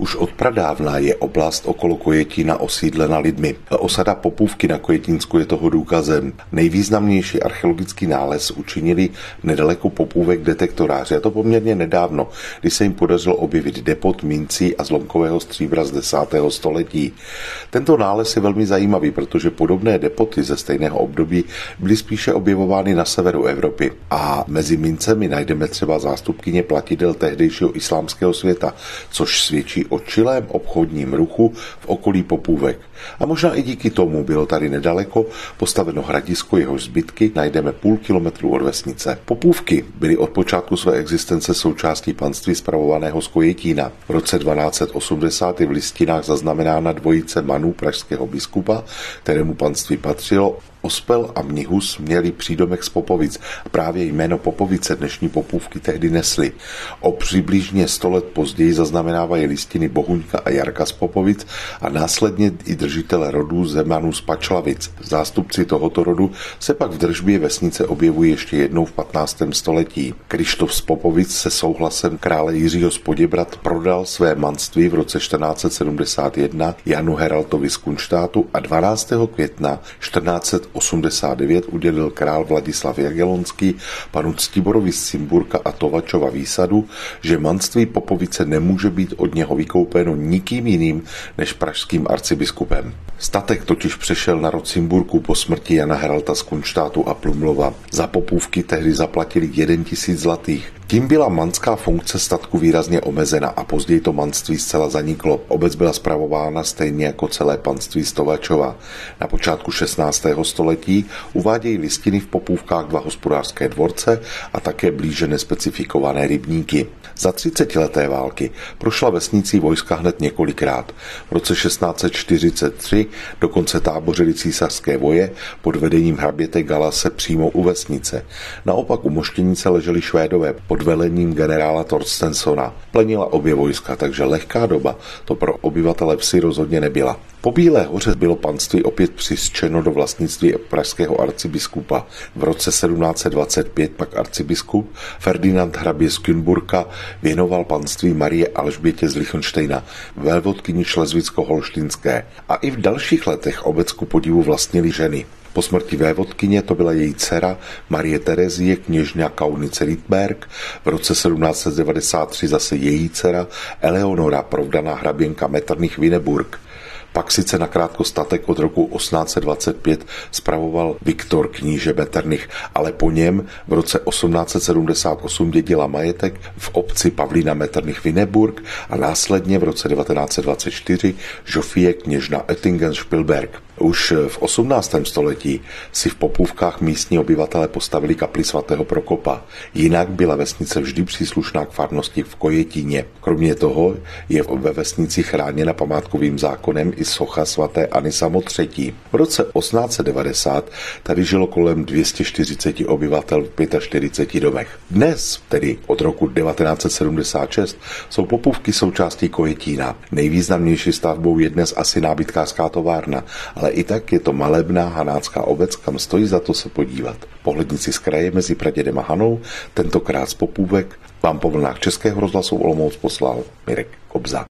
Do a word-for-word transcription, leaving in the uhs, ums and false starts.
Už od pradávna je oblast okolo Kojetína osídlena lidmi. Osada Popůvky na Květínsku je toho důkazem. Nejvýznamnější archeologický nález učinili nedaleko Popůvek detektoráři, a to poměrně nedávno, kdy se jim podařilo objevit depot mincí a zlomkového stříbra z desátého století. Tento nález je velmi zajímavý, protože podobné depoty ze stejného období byly spíše objevovány na severu Evropy. A mezi mincemi najdeme třeba zástupkyně platidel tehdejšího islámského světa, což svědčí o čilém obchodním ruchu v okolí Popůvek. A možná i díky tomu bylo tady nedaleko postaveno hradisko, jehož zbytky najdeme půl kilometru od vesnice. Popůvky byly od počátku své existence součástí panství spravovaného z Kojetína. V roce dvanáct osmdesát je v listinách zaznamenána dvojice manů pražského biskupa, kterému panství patřilo. Ospel a Mnihus měli přídomek z Popovic a právě jméno Popovice dnešní Popůvky tehdy nesly. O přibližně sto let později zaznamenávají listiny Bohuňka a Jarka z Popovic a následně i držitele rodů Zemanů z Pačlavic. Zástupci tohoto rodu se pak v držbě vesnice objevují ještě jednou v patnáctém století. Krištof z Popovic se souhlasem krále Jiřího z Poděbrad prodal své manství v roce čtrnáct sedmdesát jedna Janu Heraltovi z Kunštátu a dvanáctého května čtrnáct osmdesát devět udělil král Vladislav Jagellonský panu Ctiborovi z Cimburka a Tovačova výsadu, že manství Popovice nemůže být od něho vykoupeno nikým jiným než pražským arcibiskupem. Statek totiž přešel na rod Cimburku po smrti Jana Heralta z Kunštátu a Plumlova. Za Popůvky tehdy zaplatili jeden tisíc zlatých. Tím byla manská funkce statku výrazně omezena a později to manství zcela zaniklo. Obec byla spravována stejně jako celé panství z Tovačova. Na počátku šestnáctého století uvádějí listiny v Popůvkách dva hospodářské dvorce a také blíže nespecifikované rybníky. Za třicetileté války prošla vesnicí vojska hned několikrát. V roce šestnáct čtyřicet tři dokonce tábořili císařské voje pod vedením hraběte Galase přímo u vesnice. Naopak u Moštěnice leželi Švédové pod velením generála Torstensona. Plenila obě vojska, takže lehká doba to pro obyvatele vsi rozhodně nebyla. Po Bílé hoře bylo panství opět přiřčeno do vlastnictví pražského arcibiskupa. V roce sedmnáct dvacet pět pak arcibiskup Ferdinand hrabě z Künburka věnoval panství Marie Alžbětě z Lichtenštejna, vévodkyni šlezvicko-holštinské. A i v dalších letech obec ku podivu vlastnili ženy. Po smrti vévodkyně to byla její dcera Marie Terezie kněžna Kaunice-Rittberg, v roce sedmnáct devadesát tři zase její dcera Eleonora, provdaná hraběnka Metternich-Winneburg. Pak sice nakrátko statek od roku osmnáct dvacet pět spravoval Viktor kníže Metternich, ale po něm v roce osmnáct sedmdesát osm dědila majetek v obci Pavlína Metternich-Winneburg a následně v roce devatenáct dvacet čtyři Žofie kněžna Oettingen-Špilberg. Už v osmnáctém století si v Popůvkách místní obyvatelé postavili kapli svatého Prokopa. Jinak byla vesnice vždy příslušná k farnosti v Kojetíně. Kromě toho je ve vesnici chráněna památkovým zákonem i socha svaté Anny Samotřetí. V roce osmnáct devadesát tady žilo kolem dvě stě čtyřicet obyvatel v čtyřiceti pěti domech. Dnes, tedy od roku devatenáct sedmdesát šest, jsou Popůvky součástí Kojetína. Nejvýznamnější stavbou je dnes asi nábytkářská továrna, ale i tak je to malebná hanácká obec, kam stojí za to se podívat. Pohlednici z kraje mezi pradědem a Hanou, tentokrát z Popůvek, vám po vlnách Českého rozhlasu Olomouc poslal Mirek Kobza.